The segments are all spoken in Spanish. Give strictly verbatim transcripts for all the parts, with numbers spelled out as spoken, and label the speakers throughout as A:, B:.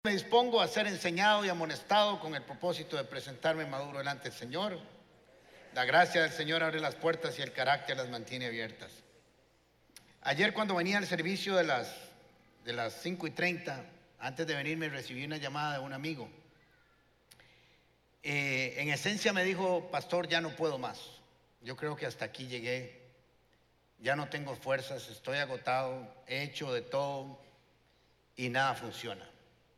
A: Me dispongo a ser enseñado y amonestado con el propósito de presentarme maduro delante del Señor. La gracia del Señor abre las puertas y el carácter las mantiene abiertas. Ayer, cuando venía al servicio de las, de las cinco y treinta, antes de venirme recibí una llamada de un amigo. Eh, en esencia me dijo: pastor, ya no puedo más. Yo creo que hasta aquí llegué. Ya no tengo fuerzas, estoy agotado, he hecho de todo y nada funciona.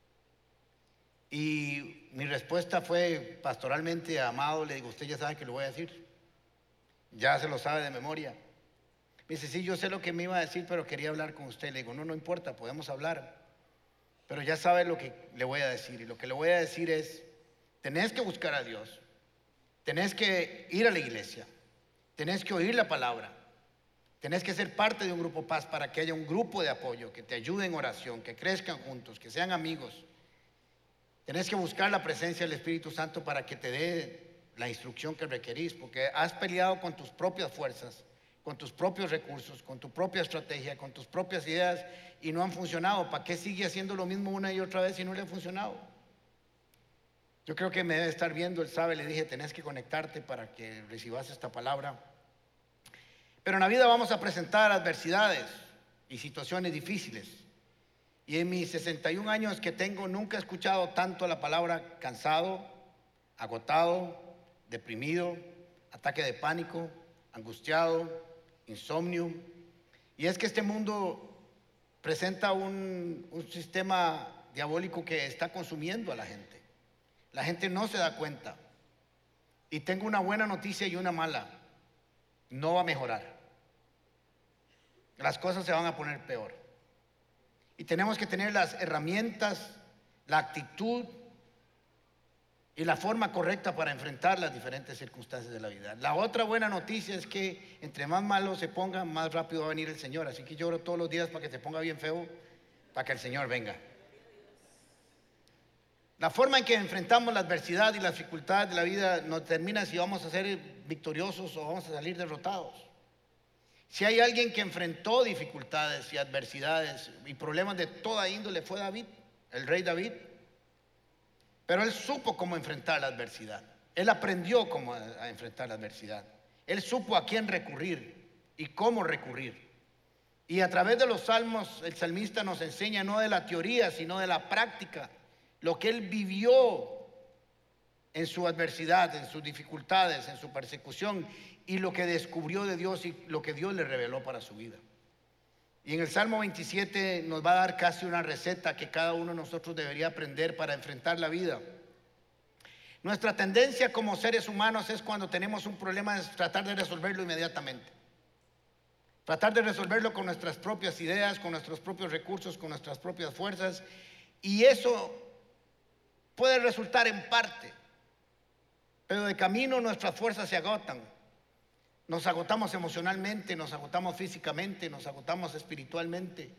A: Y mi respuesta fue pastoralmente: amado, le digo, usted ya sabe que lo voy a decir, ya se lo sabe de memoria. Me dice: sí, yo sé lo que me iba a decir, pero quería hablar con usted. Le digo: no, no importa, podemos hablar, pero ya sabe lo que le voy a decir. Y lo que le voy a decir es: tenés que buscar a Dios, tenés que ir a la iglesia, tenés que oír la palabra, tenés que ser parte de un grupo Paz para que haya un grupo de apoyo, que te ayude en oración, que crezcan juntos, que sean amigos. Tenés que buscar la presencia del Espíritu Santo para que te dé la instrucción que requerís, porque has peleado con tus propias fuerzas, con tus propios recursos, con tu propia estrategia, con tus propias ideas, y no han funcionado. ¿Para qué sigue haciendo lo mismo una y otra vez si no le ha funcionado? Yo creo que me debe estar viendo, él sabe. Le dije: tenés que conectarte para que recibas esta palabra. Pero en la vida vamos a presentar adversidades y situaciones difíciles. Y en mis sesenta y un años que tengo, nunca he escuchado tanto la palabra cansado, agotado, deprimido, ataque de pánico, angustiado, insomnio. Y es que este mundo presenta un, un sistema diabólico que está consumiendo a la gente. La gente no se da cuenta. Y tengo una buena noticia y una mala: no va a mejorar. Las cosas se van a poner peor. Y tenemos que tener las herramientas, la actitud y la forma correcta para enfrentar las diferentes circunstancias de la vida. La otra buena noticia es que entre más malo se ponga, más rápido va a venir el Señor. Así que yo oro todos los días para que se ponga bien feo, para que el Señor venga. La forma en que enfrentamos la adversidad y las dificultades de la vida nos determina si vamos a ser victoriosos o vamos a salir derrotados. Si hay alguien que enfrentó dificultades y adversidades y problemas de toda índole, fue David, el rey David. Pero él supo cómo enfrentar la adversidad. Él aprendió cómo a enfrentar la adversidad. Él supo a quién recurrir y cómo recurrir. Y a través de los salmos, el salmista nos enseña no de la teoría, sino de la práctica, lo que él vivió en su adversidad, en sus dificultades, en su persecución, y lo que descubrió de Dios y lo que Dios le reveló para su vida. Y en el Salmo veintisiete nos va a dar casi una receta que cada uno de nosotros debería aprender para enfrentar la vida. Nuestra tendencia como seres humanos es, cuando tenemos un problema, es tratar de resolverlo inmediatamente. Tratar de resolverlo con nuestras propias ideas, con nuestros propios recursos, con nuestras propias fuerzas. Y eso puede resultar en parte, pero de camino nuestras fuerzas se agotan. Nos agotamos emocionalmente, nos agotamos físicamente, nos agotamos espiritualmente.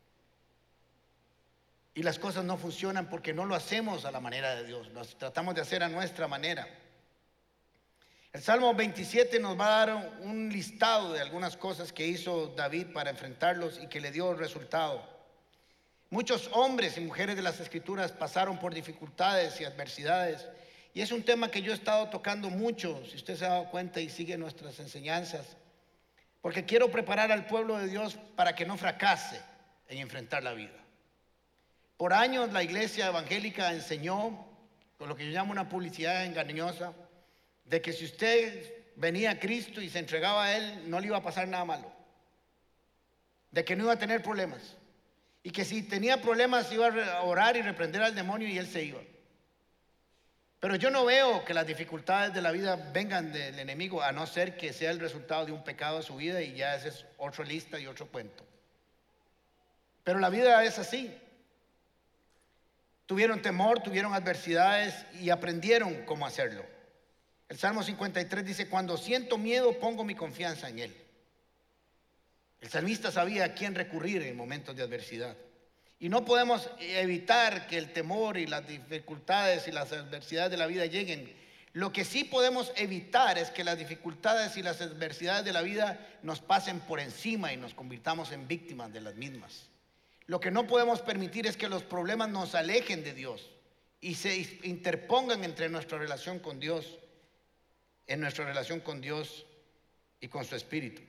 A: Y las cosas no funcionan porque no lo hacemos a la manera de Dios, lo tratamos de hacer a nuestra manera. El Salmo veintisiete nos va a dar un listado de algunas cosas que hizo David para enfrentarlos y que le dio resultado. Muchos hombres y mujeres de las Escrituras pasaron por dificultades y adversidades. Y es un tema que yo he estado tocando mucho, si usted se ha dado cuenta y sigue nuestras enseñanzas, porque quiero preparar al pueblo de Dios para que no fracase en enfrentar la vida. Por años la iglesia evangélica enseñó, con lo que yo llamo una publicidad engañosa, de que si usted venía a Cristo y se entregaba a Él, no le iba a pasar nada malo, de que no iba a tener problemas, y que si tenía problemas iba a orar y reprender al demonio y él se iba. Pero yo no veo que las dificultades de la vida vengan del enemigo, a no ser que sea el resultado de un pecado de su vida, y ya ese es otra lista y otro cuento. Pero la vida es así. Tuvieron temor, tuvieron adversidades y aprendieron cómo hacerlo. El Salmo cincuenta y tres dice: cuando siento miedo, pongo mi confianza en Él. El salmista sabía a quién recurrir en momentos de adversidad. Y no podemos evitar que el temor y las dificultades y las adversidades de la vida lleguen. Lo que sí podemos evitar es que las dificultades y las adversidades de la vida nos pasen por encima y nos convirtamos en víctimas de las mismas. Lo que no podemos permitir es que los problemas nos alejen de Dios y se interpongan entre nuestra relación con Dios, en nuestra relación con Dios y con su Espíritu.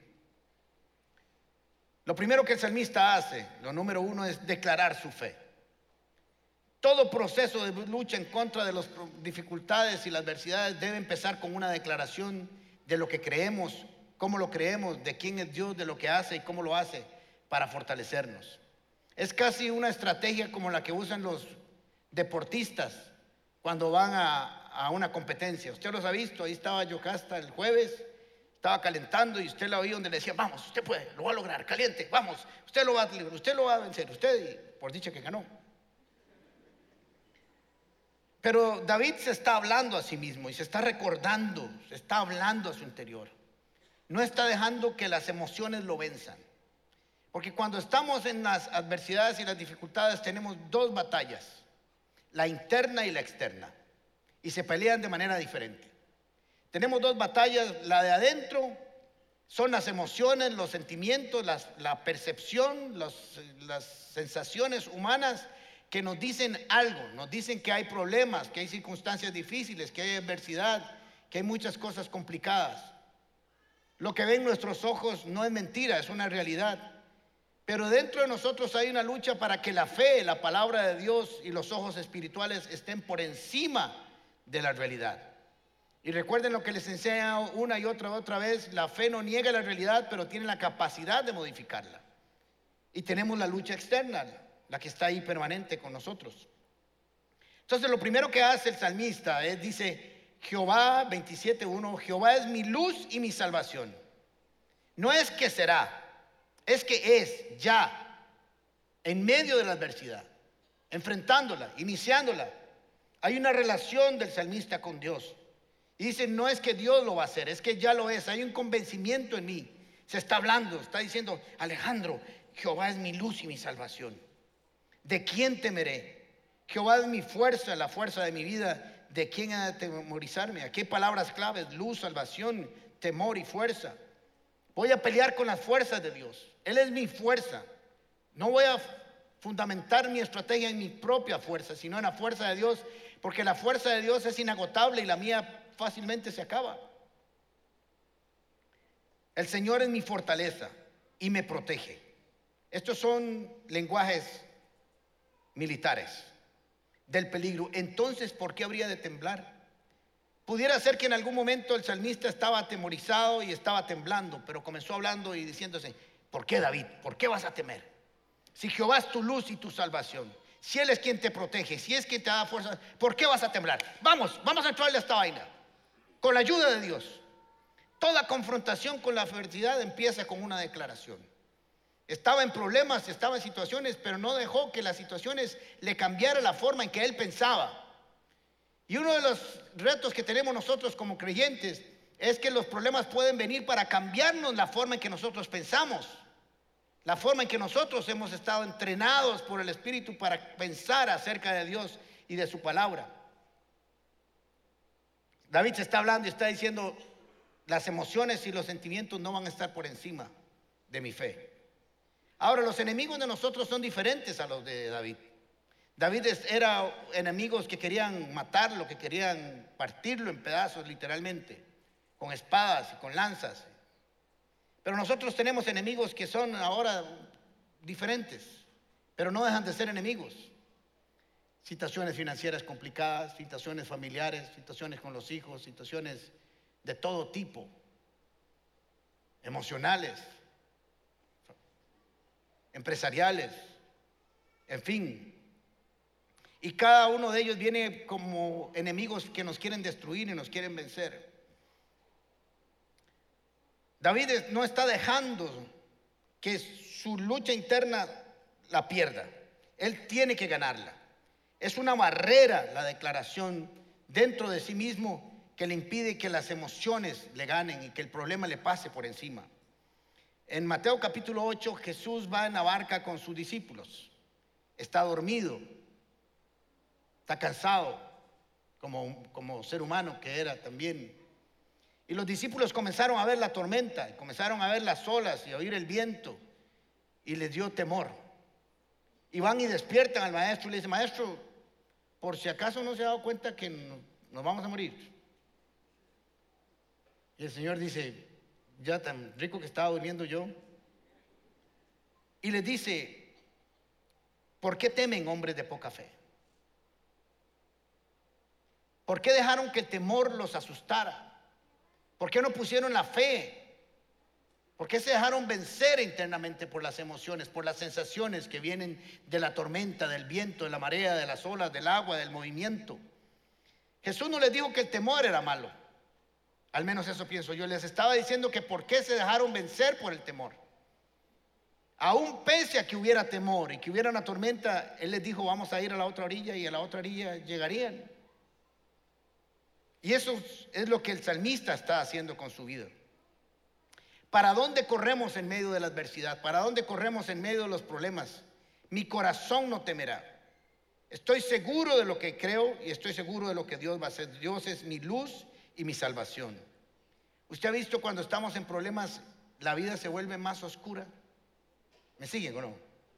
A: Lo primero que el salmista hace, lo número uno, es declarar su fe. Todo proceso de lucha en contra de las dificultades y las adversidades debe empezar con una declaración de lo que creemos, cómo lo creemos, de quién es Dios, de lo que hace y cómo lo hace para fortalecernos. Es casi una estrategia como la que usan los deportistas cuando van a, a una competencia. Usted los ha visto, ahí estaba Yocasta el jueves, estaba calentando y usted la oía donde le decía, vamos, usted puede, lo va a lograr, caliente, vamos, usted lo va a, usted lo va a vencer, usted, y por dicha que ganó. Pero David se está hablando a sí mismo y se está recordando, se está hablando a su interior. No está dejando que las emociones lo venzan. Porque cuando estamos en las adversidades y las dificultades tenemos dos batallas, la interna y la externa, y se pelean de manera diferente. Tenemos dos batallas, la de adentro son las emociones, los sentimientos, las, la percepción, los, las sensaciones humanas que nos dicen algo, nos dicen que hay problemas, que hay circunstancias difíciles, que hay adversidad, que hay muchas cosas complicadas. Lo que ven nuestros ojos no es mentira, es una realidad. Pero dentro de nosotros hay una lucha para que la fe, la palabra de Dios y los ojos espirituales estén por encima de la realidad. Y recuerden lo que les enseña una y otra otra vez, la fe no niega la realidad, pero tiene la capacidad de modificarla. Y tenemos la lucha externa, la que está ahí permanente con nosotros. Entonces lo primero que hace el salmista es, dice, Jehová, veintisiete uno, Jehová es mi luz y mi salvación. No es que será, es que es ya, en medio de la adversidad, enfrentándola, iniciándola. Hay una relación del salmista con Dios. Y dice, no es que Dios lo va a hacer, es que ya lo es. Hay un convencimiento en mí. Se está hablando, está diciendo, Alejandro, Jehová es mi luz y mi salvación. ¿De quién temeré? Jehová es mi fuerza, la fuerza de mi vida. ¿De quién ha de temorizarme? Aquí hay palabras claves, luz, salvación, temor y fuerza. Voy a pelear con las fuerzas de Dios. Él es mi fuerza. No voy a fundamentar mi estrategia en mi propia fuerza, sino en la fuerza de Dios, porque la fuerza de Dios es inagotable y la mía fácilmente se acaba. El Señor es mi fortaleza y me protege. Estos son lenguajes militares del peligro. Entonces, ¿por qué habría de temblar? Pudiera ser que en algún momento el salmista estaba atemorizado y estaba temblando, pero comenzó hablando y diciéndose, ¿por qué, David? ¿Por qué vas a temer? Si Jehová es tu luz y tu salvación, si Él es quien te protege, si es quien te da fuerza, ¿por qué vas a temblar? Vamos, vamos a entrarle a esta vaina, con la ayuda de Dios. Toda confrontación con la adversidad empieza con una declaración. Estaba en problemas, estaba en situaciones, pero no dejó que las situaciones le cambiaran la forma en que él pensaba. Y uno de los retos que tenemos nosotros como creyentes es que los problemas pueden venir para cambiarnos la forma en que nosotros pensamos, la forma en que nosotros hemos estado entrenados por el Espíritu para pensar acerca de Dios y de su palabra. David se está hablando y está diciendo, las emociones y los sentimientos no van a estar por encima de mi fe. Ahora, los enemigos de nosotros son diferentes a los de David. David era enemigos que querían matarlo, que querían partirlo en pedazos literalmente, con espadas y con lanzas. Pero nosotros tenemos enemigos que son ahora diferentes, pero no dejan de ser enemigos. Situaciones financieras complicadas, situaciones familiares, situaciones con los hijos, situaciones de todo tipo, emocionales, empresariales, en fin. Y cada uno de ellos viene como enemigos que nos quieren destruir y nos quieren vencer. David no está dejando que su lucha interna la pierda. Él tiene que ganarla. Es una barrera la declaración dentro de sí mismo que le impide que las emociones le ganen y que el problema le pase por encima. En Mateo capítulo ocho, Jesús va en la barca con sus discípulos. Está dormido, está cansado, como, como ser humano que era también. Y los discípulos comenzaron a ver la tormenta, comenzaron a ver las olas y a oír el viento, y les dio temor. Y van y despiertan al maestro y le dicen: maestro, por si acaso no se ha dado cuenta que nos vamos a morir. Y el Señor dice: ya tan rico que estaba durmiendo yo. Y les dice: ¿por qué temen, hombres de poca fe? ¿Por qué dejaron que el temor los asustara? ¿Por qué no pusieron la fe? ¿Por qué se dejaron vencer internamente por las emociones, por las sensaciones que vienen de la tormenta, del viento, de la marea, de las olas, del agua, del movimiento? Jesús no les dijo que el temor era malo. Al menos eso pienso yo. Les estaba diciendo que por qué se dejaron vencer por el temor. Aún pese a que hubiera temor y que hubiera una tormenta, Él les dijo: vamos a ir a la otra orilla, y a la otra orilla llegarían. Y eso es lo que el salmista está haciendo con su vida. ¿Para dónde corremos en medio de la adversidad? ¿Para dónde corremos en medio de los problemas? Mi corazón no temerá. Estoy seguro de lo que creo y estoy seguro de lo que Dios va a hacer. Dios es mi luz y mi salvación. ¿Usted ha visto cuando estamos en problemas, la vida se vuelve más oscura? ¿Me siguen o no?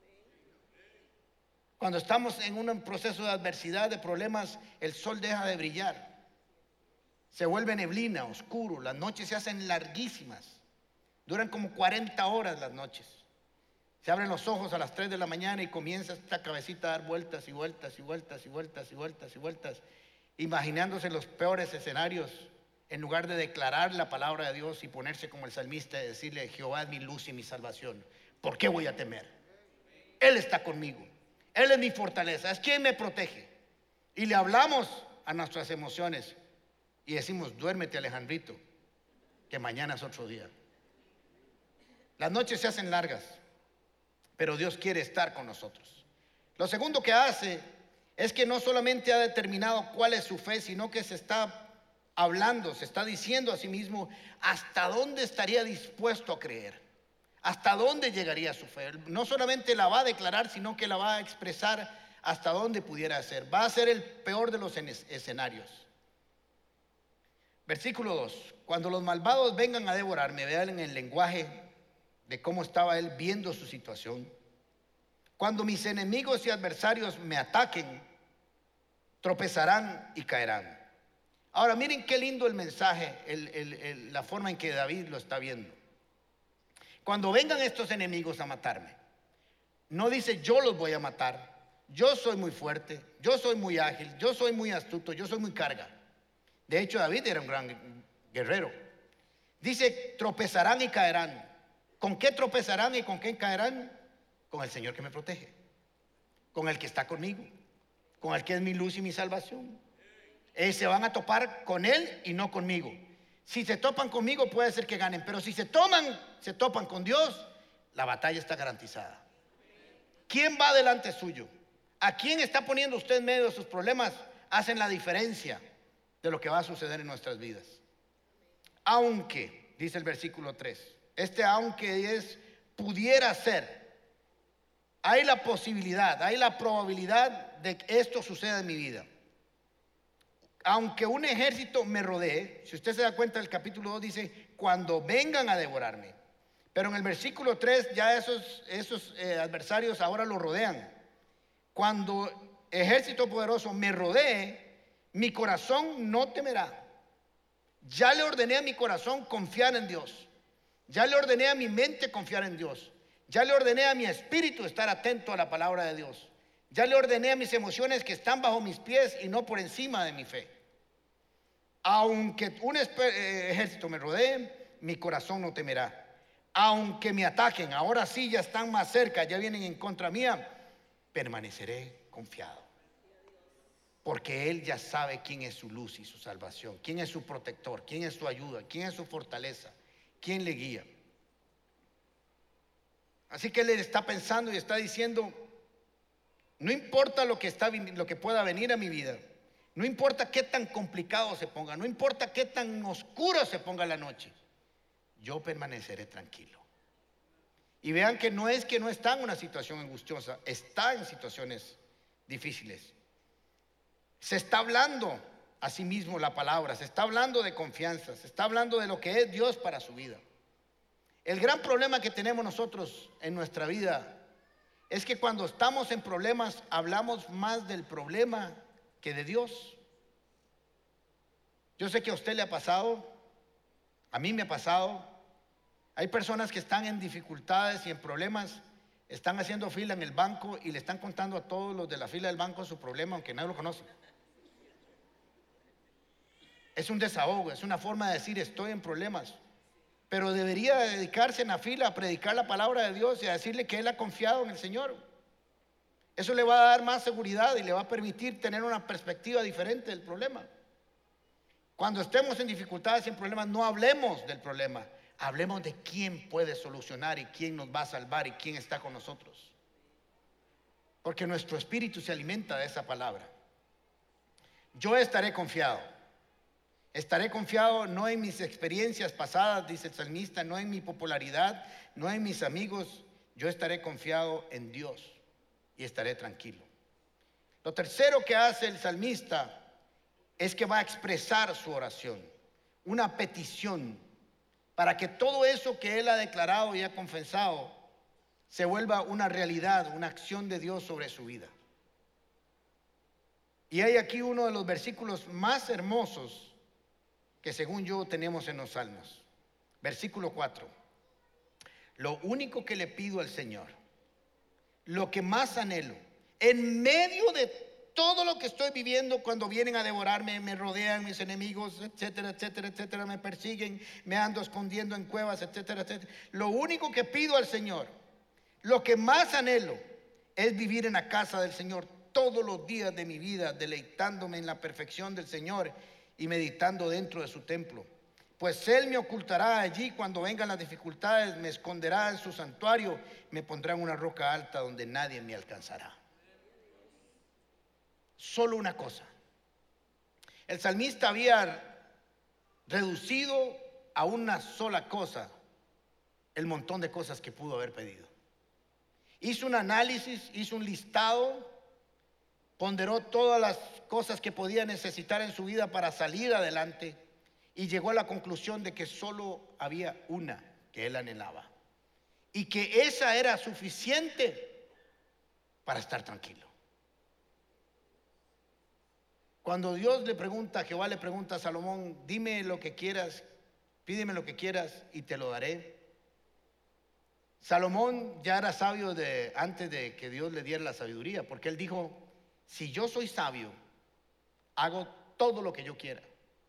A: Cuando estamos en un proceso de adversidad, de problemas, el sol deja de brillar. Se vuelve neblina, oscuro. Las noches se hacen larguísimas. Duran como cuarenta horas las noches. Se abren los ojos a las tres de la mañana y comienza esta cabecita a dar vueltas y vueltas y vueltas y vueltas y vueltas y vueltas, imaginándose los peores escenarios, en lugar de declarar la palabra de Dios y ponerse como el salmista y decirle: Jehová es mi luz y mi salvación. ¿Por qué voy a temer? Él está conmigo. Él es mi fortaleza. Es quien me protege. Y le hablamos a nuestras emociones y decimos: duérmete, Alejandrito, que mañana es otro día. Las noches se hacen largas, pero Dios quiere estar con nosotros. Lo segundo que hace es que no solamente ha determinado cuál es su fe, sino que se está hablando, se está diciendo a sí mismo hasta dónde estaría dispuesto a creer, hasta dónde llegaría su fe. No solamente la va a declarar, sino que la va a expresar hasta dónde pudiera ser. Va a ser el peor de los escenarios. Versículo dos: cuando los malvados vengan a devorarme, vean en el lenguaje de cómo estaba él viendo su situación. Cuando mis enemigos y adversarios me ataquen, tropezarán y caerán. Ahora miren qué lindo el mensaje, el, el, el, la forma en que David lo está viendo. Cuando vengan estos enemigos a matarme, no dice: yo los voy a matar, yo soy muy fuerte, yo soy muy ágil, yo soy muy astuto, yo soy muy carga. De hecho, David era un gran guerrero. Dice: tropezarán y caerán. ¿Con qué tropezarán y con qué caerán? Con el Señor que me protege, con el que está conmigo, con el que es mi luz y mi salvación. Eh, se van a topar con Él y no conmigo. Si se topan conmigo, puede ser que ganen, pero si se toman, se topan con Dios, la batalla está garantizada. ¿Quién va delante suyo? ¿A quién está poniendo usted en medio de sus problemas? Hacen la diferencia de lo que va a suceder en nuestras vidas. Aunque, dice el versículo tres, este aunque es: pudiera ser. Hay la posibilidad, hay la probabilidad de que esto suceda en mi vida. Aunque un ejército me rodee, si usted se da cuenta, el capítulo dos dice: cuando vengan a devorarme. Pero en el versículo tres ya esos, esos eh, adversarios ahora lo rodean. Cuando ejército poderoso me rodee, mi corazón no temerá. Ya le ordené a mi corazón confiar en Dios. Ya le ordené a mi mente confiar en Dios. Ya le ordené a mi espíritu estar atento a la palabra de Dios. Ya le ordené a mis emociones que están bajo mis pies y no por encima de mi fe. Aunque un ejército me rodee, mi corazón no temerá. Aunque me ataquen, ahora sí ya están más cerca, ya vienen en contra mía, permaneceré confiado. Porque Él ya sabe quién es su luz y su salvación, quién es su protector, quién es su ayuda, quién es su fortaleza, quién le guía. Así que Él está pensando y está diciendo: no importa lo que, está, lo que pueda venir a mi vida, no importa qué tan complicado se ponga, no importa qué tan oscuro se ponga la noche, yo permaneceré tranquilo. Y vean que no es que no está en una situación angustiosa, está en situaciones difíciles. Se está hablando a sí mismo la palabra, se está hablando de confianza, se está hablando de lo que es Dios para su vida. El gran problema que tenemos nosotros en nuestra vida es que cuando estamos en problemas hablamos más del problema que de Dios. Yo sé que a usted le ha pasado, a mí me ha pasado. Hay personas que están en dificultades y en problemas, están haciendo fila en el banco y le están contando a todos los de la fila del banco su problema, aunque nadie lo conoce. Es un desahogo, es una forma de decir estoy en problemas. Pero debería dedicarse en la fila a predicar la palabra de Dios y a decirle que él ha confiado en el Señor. Eso le va a dar más seguridad y le va a permitir tener una perspectiva diferente del problema. Cuando estemos en dificultades y en problemas, no hablemos del problema, hablemos de quién puede solucionar y quién nos va a salvar y quién está con nosotros. Porque nuestro espíritu se alimenta de esa palabra. Yo estaré confiado. Estaré confiado no en mis experiencias pasadas, dice el salmista, no en mi popularidad, no en mis amigos. Yo estaré confiado en Dios y estaré tranquilo. Lo tercero que hace el salmista es que va a expresar su oración, una petición, para que todo eso que él ha declarado y ha confesado se vuelva una realidad, una acción de Dios sobre su vida. Y hay aquí uno de los versículos más hermosos que según yo tenemos en los Salmos. Versículo cuatro. Lo único que le pido al Señor, lo que más anhelo, en medio de todo lo que estoy viviendo, cuando vienen a devorarme, me rodean mis enemigos, etcétera, etcétera, etcétera, me persiguen, me ando escondiendo en cuevas, etcétera, etcétera. Lo único que pido al Señor, lo que más anhelo, es vivir en la casa del Señor todos los días de mi vida, deleitándome en la perfección del Señor y meditando dentro de su templo. Pues Él me ocultará allí cuando vengan las dificultades, me esconderá en su santuario, me pondrá en una roca alta donde nadie me alcanzará. Solo una cosa. El salmista había reducido a una sola cosa el montón de cosas que pudo haber pedido. Hizo un análisis, hizo un listado, ponderó todas las cosas que podía necesitar en su vida para salir adelante y llegó a la conclusión de que solo había una que él anhelaba y que esa era suficiente para estar tranquilo. Cuando Dios le pregunta, Jehová le pregunta a Salomón, dime lo que quieras, pídeme lo que quieras y te lo daré. Salomón ya era sabio de, antes de que Dios le diera la sabiduría, porque él dijo, si yo soy sabio, hago todo lo que yo quiera.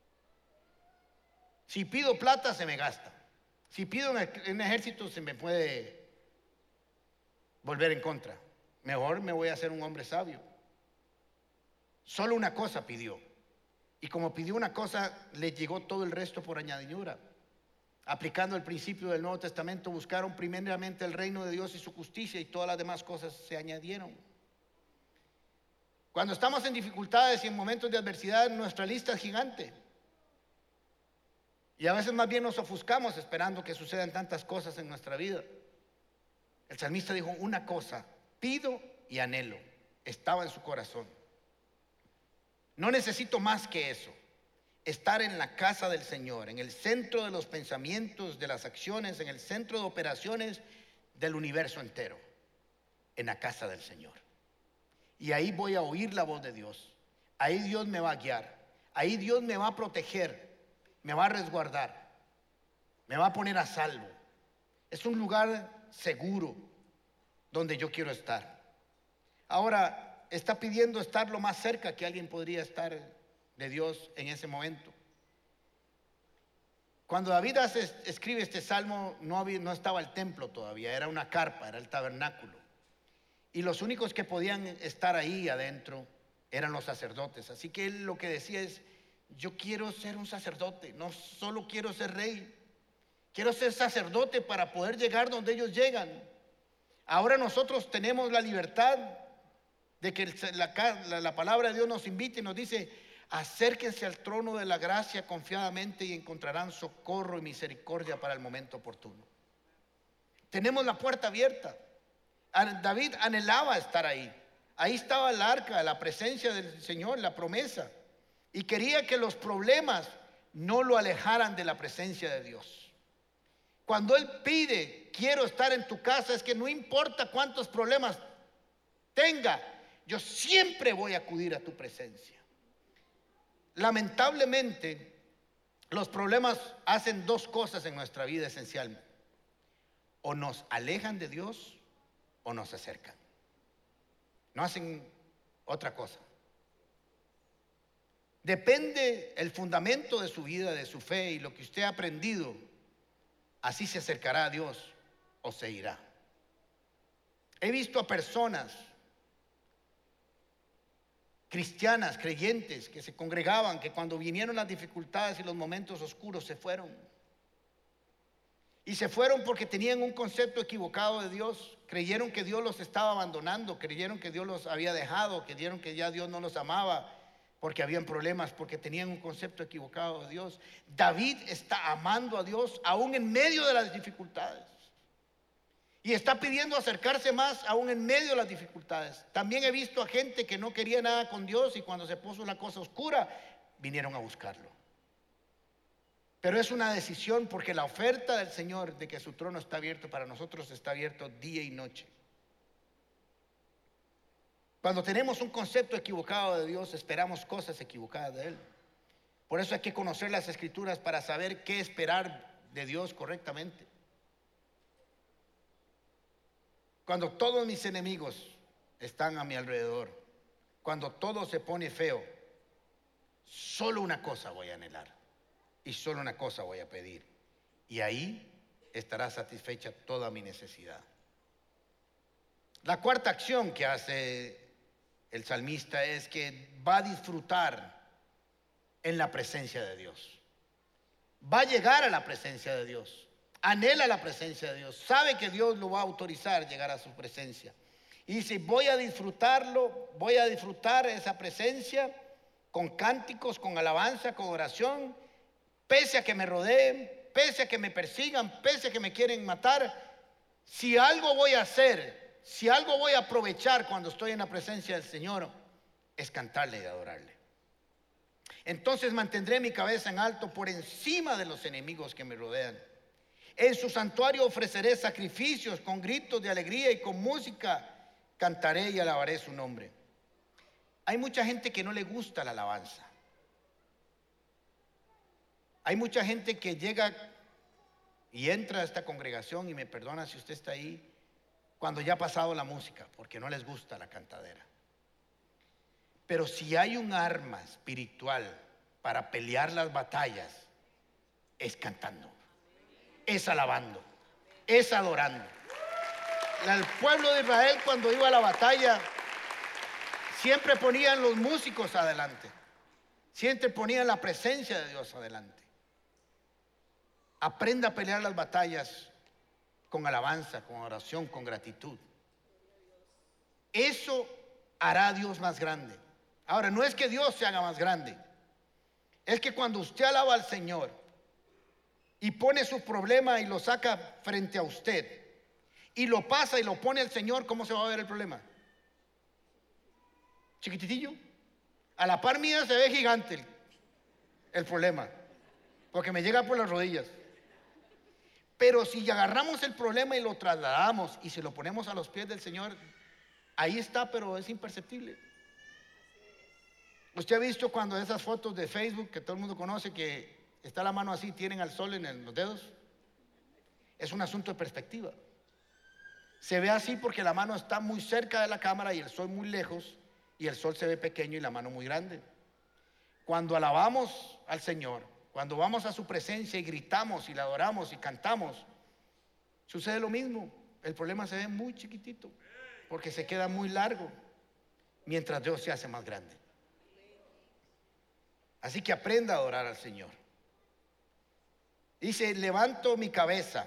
A: Si pido plata, se me gasta. Si pido un ejército, se me puede volver en contra. Mejor me voy a hacer un hombre sabio. Solo una cosa pidió. Y como pidió una cosa, le llegó todo el resto por añadidura. Aplicando el principio del Nuevo Testamento, buscaron primeramente el reino de Dios y su justicia, y todas las demás cosas se añadieron. Cuando estamos en dificultades y en momentos de adversidad, nuestra lista es gigante. Y a veces más bien nos ofuscamos esperando que sucedan tantas cosas en nuestra vida. El salmista dijo, una cosa, pido y anhelo. Estaba en su corazón. No necesito más que eso. Estar en la casa del Señor, en el centro de los pensamientos, de las acciones, en el centro de operaciones del universo entero, en la casa del Señor. Y ahí voy a oír la voz de Dios. Ahí Dios me va a guiar. Ahí Dios me va a proteger, me va a resguardar, me va a poner a salvo. Es un lugar seguro donde yo quiero estar. Ahora, está pidiendo estar lo más cerca que alguien podría estar de Dios en ese momento. Cuando David hace, escribe este salmo, no, había, no estaba el templo todavía, era una carpa, era el tabernáculo. Y los únicos que podían estar ahí adentro eran los sacerdotes. Así que él lo que decía es, yo quiero ser un sacerdote, no solo quiero ser rey, quiero ser sacerdote para poder llegar donde ellos llegan. Ahora nosotros tenemos la libertad de que la, la, la palabra de Dios nos invite y nos dice, acérquense al trono de la gracia confiadamente y encontrarán socorro y misericordia para el momento oportuno. Tenemos la puerta abierta. David anhelaba estar ahí. Ahí estaba el arca, la presencia del Señor, la promesa. Y quería que los problemas no lo alejaran de la presencia de Dios. Cuando él pide, quiero estar en tu casa, es que no importa cuántos problemas tenga, yo siempre voy a acudir a tu presencia. Lamentablemente, los problemas hacen dos cosas en nuestra vida esencialmente. O nos alejan de Dios o nos acercan. No hacen otra cosa. Depende el fundamento de su vida, de su fe y lo que usted ha aprendido, así se acercará a Dios o se irá. He visto a personas cristianas, creyentes, que se congregaban, que cuando vinieron las dificultades y los momentos oscuros se fueron. Y se fueron porque tenían un concepto equivocado de Dios. Creyeron que Dios los estaba abandonando, creyeron que Dios los había dejado, creyeron que ya Dios no los amaba, porque habían problemas, porque tenían un concepto equivocado de Dios. David está amando a Dios aún en medio de las dificultades. Y está pidiendo acercarse más aún en medio de las dificultades. También he visto a gente que no quería nada con Dios y cuando se puso la cosa oscura, vinieron a buscarlo. Pero es una decisión, porque la oferta del Señor de que su trono está abierto para nosotros está abierto día y noche. Cuando tenemos un concepto equivocado de Dios, esperamos cosas equivocadas de Él. Por eso hay que conocer las Escrituras para saber qué esperar de Dios correctamente. Cuando todos mis enemigos están a mi alrededor, cuando todo se pone feo, solo una cosa voy a anhelar y solo una cosa voy a pedir, y ahí estará satisfecha toda mi necesidad. La cuarta acción que hace el salmista es que va a disfrutar en la presencia de Dios. Va a llegar a la presencia de Dios. Anhela la presencia de Dios. Sabe que Dios lo va a autorizar llegar a su presencia. Y dice, voy a disfrutarlo, voy a disfrutar esa presencia con cánticos, con alabanza, con oración, pese a que me rodeen, pese a que me persigan, pese a que me quieren matar. Si algo voy a hacer, si algo voy a aprovechar cuando estoy en la presencia del Señor, es cantarle y adorarle. Entonces mantendré mi cabeza en alto por encima de los enemigos que me rodean. En su santuario ofreceré sacrificios con gritos de alegría y con música cantaré y alabaré su nombre. Hay mucha gente que no le gusta la alabanza. Hay mucha gente que llega y entra a esta congregación, y me perdona si usted está ahí, cuando ya ha pasado la música, porque no les gusta la cantadera. Pero si hay un arma espiritual para pelear las batallas, es cantando, es alabando, es adorando. El pueblo de Israel, cuando iba a la batalla, siempre ponían los músicos adelante, siempre ponían la presencia de Dios adelante. Aprenda a pelear las batallas con alabanza, con oración, con gratitud. Eso hará a Dios más grande. Ahora, no es que Dios se haga más grande, es que cuando usted alaba al Señor y pone su problema y lo saca frente a usted y lo pasa y lo pone al Señor, ¿cómo se va a ver el problema? Chiquititillo. A la par mía se ve gigante el, el problema, porque me llega por las rodillas. Pero si agarramos el problema y lo trasladamos y se lo ponemos a los pies del Señor, ahí está, pero es imperceptible. Usted ha visto cuando esas fotos de Facebook que todo el mundo conoce, que está la mano así, tienen al sol en los dedos. Es un asunto de perspectiva. Se ve así porque la mano está muy cerca de la cámara y el sol muy lejos, y el sol se ve pequeño y la mano muy grande. Cuando alabamos al Señor, cuando vamos a su presencia y gritamos y la adoramos y cantamos, sucede lo mismo. El problema se ve muy chiquitito porque se queda muy largo mientras Dios se hace más grande. Así que aprenda a adorar al Señor. Dice, levanto mi cabeza.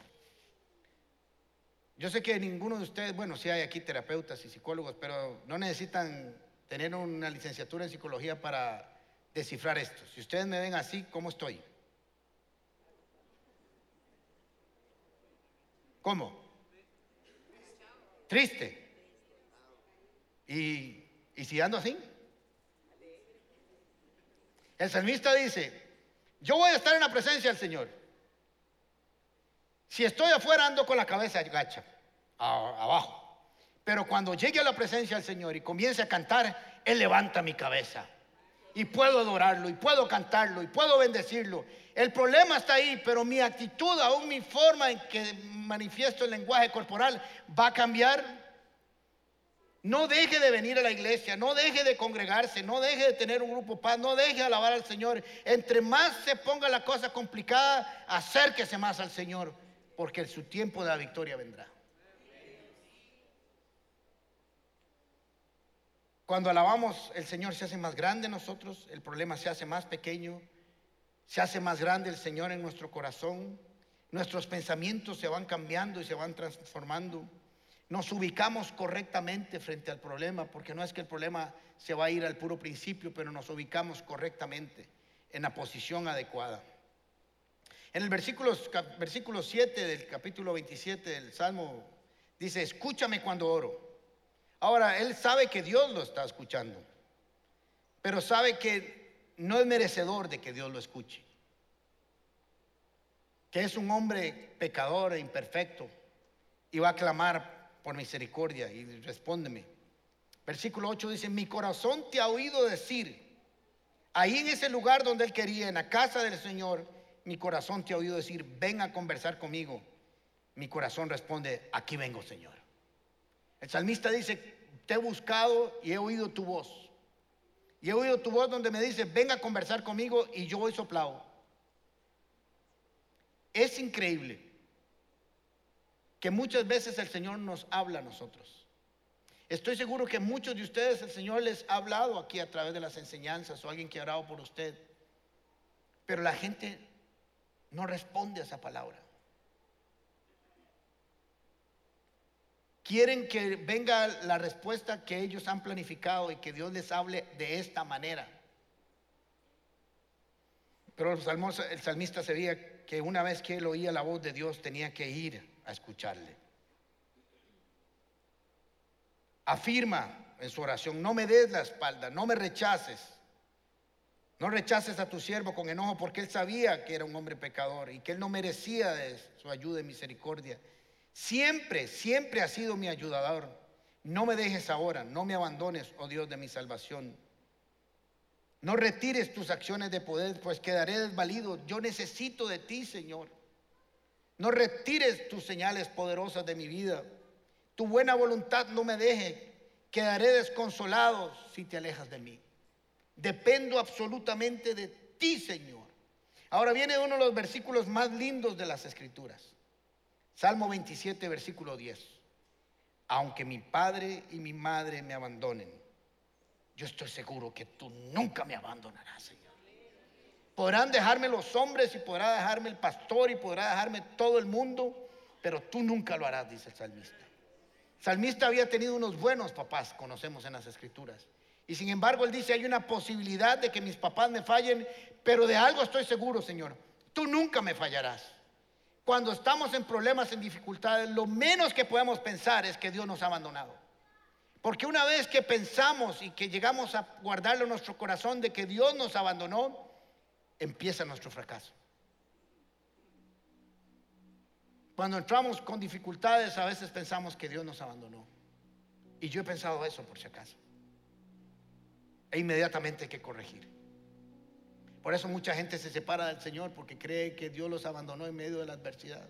A: Yo sé que ninguno de ustedes, bueno, sí hay aquí terapeutas y psicólogos, pero no necesitan tener una licenciatura en psicología para descifrar esto. Si ustedes me ven así, ¿cómo estoy? ¿Cómo? Triste. ¿Y, y si ando así? El salmista dice, yo voy a estar en la presencia del Señor. Si estoy afuera, ando con la cabeza gacha, a, abajo. Pero cuando llegue a la presencia del Señor y comience a cantar, Él levanta mi cabeza. Y puedo adorarlo, y puedo cantarlo, y puedo bendecirlo. El problema está ahí, pero mi actitud, aún mi forma en que manifiesto el lenguaje corporal, va a cambiar. No deje de venir a la iglesia, no deje de congregarse, no deje de tener un grupo paz, no deje de alabar al Señor. Entre más se ponga la cosa complicada, acérquese más al Señor, porque su tiempo de la victoria vendrá. Cuando alabamos, el Señor se hace más grande en nosotros, el problema se hace más pequeño, se hace más grande el Señor en nuestro corazón, nuestros pensamientos se van cambiando y se van transformando. Nos ubicamos correctamente frente al problema, porque no es que el problema se va a ir al puro principio, pero nos ubicamos correctamente en la posición adecuada. En el versículo, versículo siete del capítulo veintisiete del Salmo dice: escúchame cuando oro. Ahora, él sabe que Dios lo está escuchando, pero sabe que no es merecedor de que Dios lo escuche, que es un hombre pecador e imperfecto y va a clamar por misericordia y respóndeme. Versículo ocho dice: mi corazón te ha oído decir, ahí en ese lugar donde él quería, en la casa del Señor, mi corazón te ha oído decir, ven a conversar conmigo. Mi corazón responde, aquí vengo, Señor. El salmista dice, te he buscado y he oído tu voz. Y he oído tu voz donde me dice, ven a conversar conmigo, y yo voy soplado. Es increíble que muchas veces el Señor nos habla a nosotros. Estoy seguro que muchos de ustedes el Señor les ha hablado aquí a través de las enseñanzas, o alguien que ha orado por usted, pero la gente no responde a esa palabra. Quieren que venga la respuesta que ellos han planificado y que Dios les hable de esta manera. Pero el salmista sabía que una vez que él oía la voz de Dios tenía que ir a escucharle. Afirma en su oración, no me des la espalda, no me rechaces. No rechaces a tu siervo con enojo, porque él sabía que era un hombre pecador y que él no merecía de su ayuda y misericordia. Siempre, siempre has sido mi ayudador. No me dejes ahora, no me abandones, oh Dios de mi salvación. No retires tus acciones de poder, pues quedaré desvalido. Yo necesito de ti, Señor. No retires tus señales poderosas de mi vida. Tu buena voluntad no me deje. Quedaré desconsolado si te alejas de mí. Dependo absolutamente de ti, Señor. Ahora viene uno de los versículos más lindos de las Escrituras. Salmo veintisiete, versículo diez. Aunque mi padre y mi madre me abandonen, yo estoy seguro que tú nunca me abandonarás, Señor. Podrán dejarme los hombres y podrá dejarme el pastor y podrá dejarme todo el mundo, pero tú nunca lo harás, dice el salmista. El salmista había tenido unos buenos papás, conocemos en las Escrituras. Y sin embargo él dice, hay una posibilidad de que mis papás me fallen, pero de algo estoy seguro, Señor, tú nunca me fallarás. Cuando estamos en problemas, en dificultades, lo menos que podemos pensar es que Dios nos ha abandonado. Porque una vez que pensamos y que llegamos a guardarlo en nuestro corazón de que Dios nos abandonó, empieza nuestro fracaso. Cuando entramos con dificultades, a veces pensamos que Dios nos abandonó. Y yo he pensado eso por si acaso. E inmediatamente hay que corregir. Por eso mucha gente se separa del Señor, porque cree que Dios los abandonó en medio de la adversidad.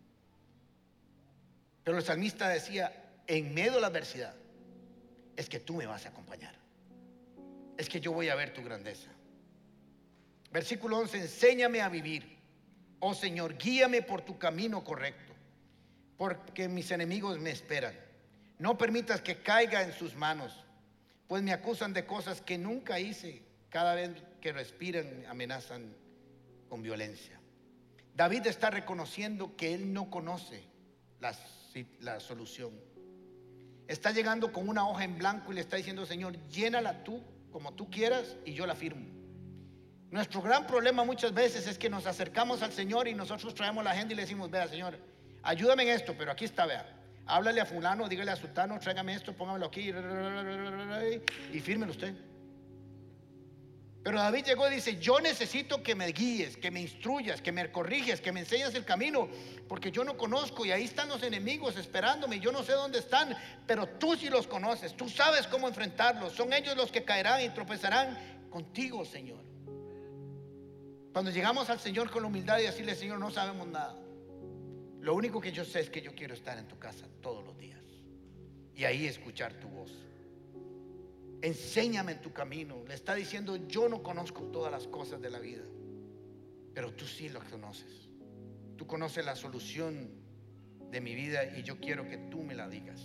A: Pero el salmista decía, en medio de la adversidad, es que tú me vas a acompañar. Es que yo voy a ver tu grandeza. Versículo once, enséñame a vivir. Oh Señor, guíame por tu camino correcto, porque mis enemigos me esperan. No permitas que caiga en sus manos, pues me acusan de cosas que nunca hice. Cada vez que respiran amenazan con violencia. David está reconociendo que él no conoce la, la solución. Está llegando con una hoja en blanco y le está diciendo, Señor, llénala tú como tú quieras y yo la firmo. Nuestro gran problema muchas veces es que nos acercamos al Señor y nosotros traemos a la gente y le decimos, vea, Señor, ayúdame en esto, pero aquí está, vea. Háblale a fulano, dígale a sultano, tráigame esto, póngamelo aquí y fírmelo usted. Pero David llegó y dice: yo necesito que me guíes, que me instruyas, que me corriges, que me enseñes el camino, porque yo no conozco y ahí están los enemigos esperándome. Yo no sé dónde están, pero tú sí los conoces, tú sabes cómo enfrentarlos. Son ellos los que caerán y tropezarán contigo, Señor. Cuando llegamos al Señor con la humildad y decirle: Señor, no sabemos nada, lo único que yo sé es que yo quiero estar en tu casa todos los días y ahí escuchar tu voz. Enséñame en tu camino. Le está diciendo: yo no conozco todas las cosas de la vida, pero tú sí lo conoces. Tú conoces la solución de mi vida y yo quiero que tú me la digas.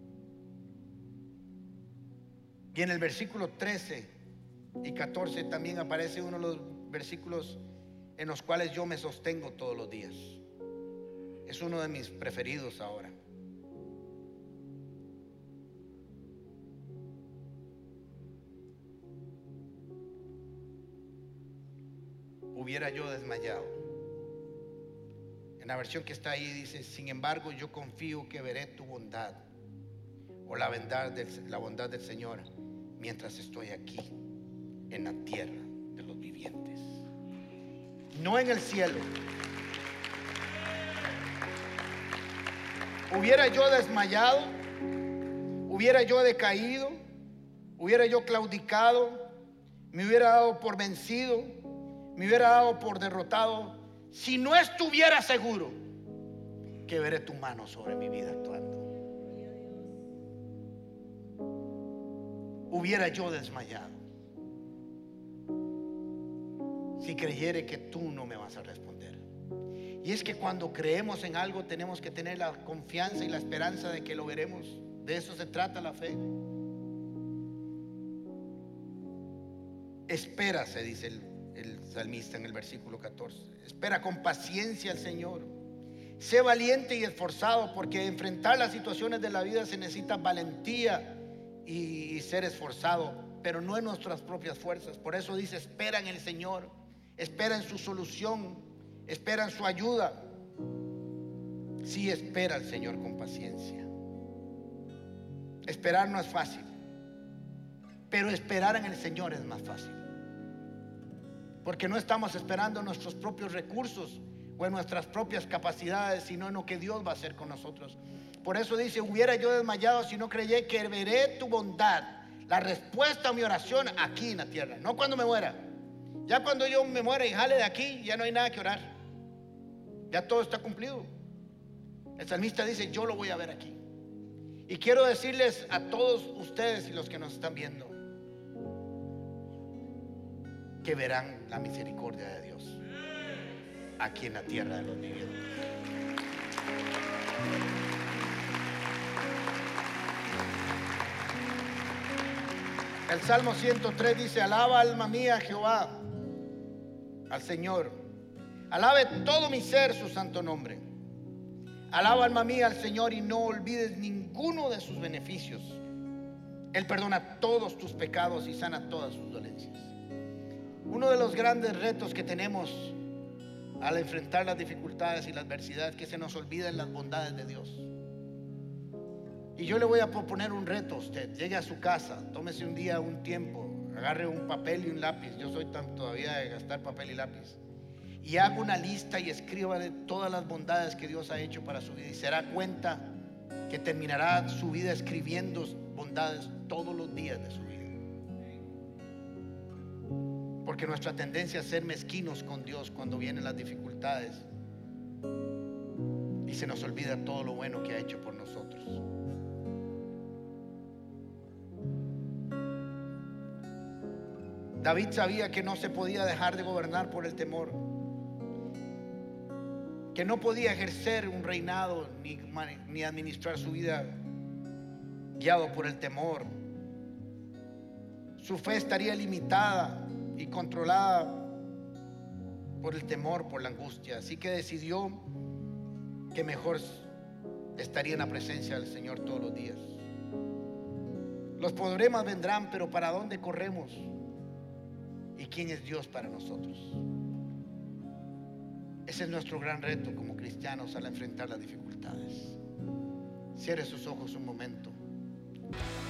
A: Y en el versículo trece y catorce también aparece uno de los versículos en los cuales yo me sostengo todos los días. Es uno de mis preferidos ahora. Hubiera yo desmayado. En la versión que está ahí dice: sin embargo, yo confío que veré tu bondad, o la bondad del, la bondad del Señor, mientras estoy aquí en la tierra de los vivientes. No en el cielo. Hubiera yo desmayado, hubiera yo decaído, hubiera yo claudicado, me hubiera dado por vencido, me hubiera dado por derrotado, si no estuviera seguro que veré tu mano sobre mi vida actuando. Hubiera yo desmayado si creyere que tú no me vas a responder. Y es que cuando creemos en algo tenemos que tener la confianza y la esperanza de que lo veremos. De eso se trata la fe. Espera, se dice el, el salmista en el versículo catorce. Espera con paciencia al Señor. Sé valiente y esforzado, porque enfrentar las situaciones de la vida se necesita valentía y, y ser esforzado, pero no en nuestras propias fuerzas. Por eso dice: espera en el Señor, espera en su solución, espera en su ayuda. Sí, espera al Señor con paciencia. Esperar no es fácil, pero esperar en el Señor es más fácil, porque no estamos esperando nuestros propios recursos o en nuestras propias capacidades, sino en lo que Dios va a hacer con nosotros. Por eso dice: hubiera yo desmayado si no creyé que veré tu bondad, la respuesta a mi oración aquí en la tierra, no cuando me muera. Ya cuando yo me muera y jale de aquí, ya no hay nada que orar, ya todo está cumplido. El salmista dice: yo lo voy a ver aquí. Y quiero decirles a todos ustedes y los que nos están viendo, que verán la misericordia de Dios aquí en la tierra de los vivientes. El Salmo ciento tres dice: alaba alma mía a Jehová, al Señor. Alabe todo mi ser su santo nombre. Alaba alma mía al Señor y no olvides ninguno de sus beneficios. Él perdona todos tus pecados y sana todas sus dolencias. Uno de los grandes retos que tenemos al enfrentar las dificultades y la adversidad es que se nos olvidan las bondades de Dios. Y yo le voy a proponer un reto a usted. Llegue a su casa, tómese un día, un tiempo, agarre un papel y un lápiz. Yo soy tan todavía de gastar papel y lápiz. Y haga una lista y escriba de todas las bondades que Dios ha hecho para su vida. Y se dará cuenta que terminará su vida escribiendo bondades todos los días de su vida. Porque nuestra tendencia es ser mezquinos con Dios cuando vienen las dificultades y se nos olvida todo lo bueno que ha hecho por nosotros. David sabía que no se podía dejar de gobernar por el temor, que no podía ejercer un reinado ni, ni administrar su vida guiado por el temor. Su fe estaría limitada y controlada por el temor, por la angustia. Así que decidió que mejor estaría en la presencia del Señor todos los días. Los problemas vendrán, pero ¿para dónde corremos? ¿Y quién es Dios para nosotros? Ese es nuestro gran reto como cristianos al enfrentar las dificultades. Cierre sus ojos un momento.